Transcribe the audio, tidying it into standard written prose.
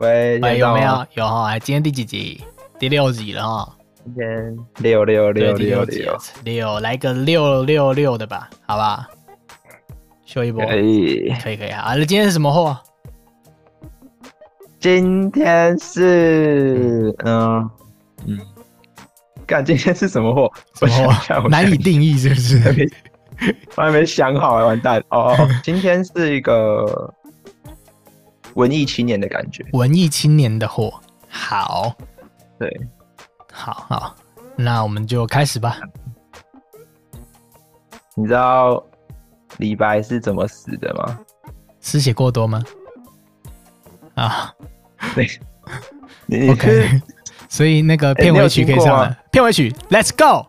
喂， 喂，有没有？ 吗？ 有哈，今天第几集？第6集了哈。 今天六， 对，第6集了6，来个666的吧，好吧？秀一波， 可以。 可以，好，那今天是什么货？ 今天是干，今天是什么货？ 什么货？难以定义是不是？ 我还没想好，完蛋哦！今天是一个文艺青年的感觉， 文艺青年的货。好， 对， 好，那我们就开始吧。 你知道李白是怎么死的吗？ 失血过多吗？啊， 你 OK， 所以那个片尾曲可以上了。片尾曲 ，Let's go。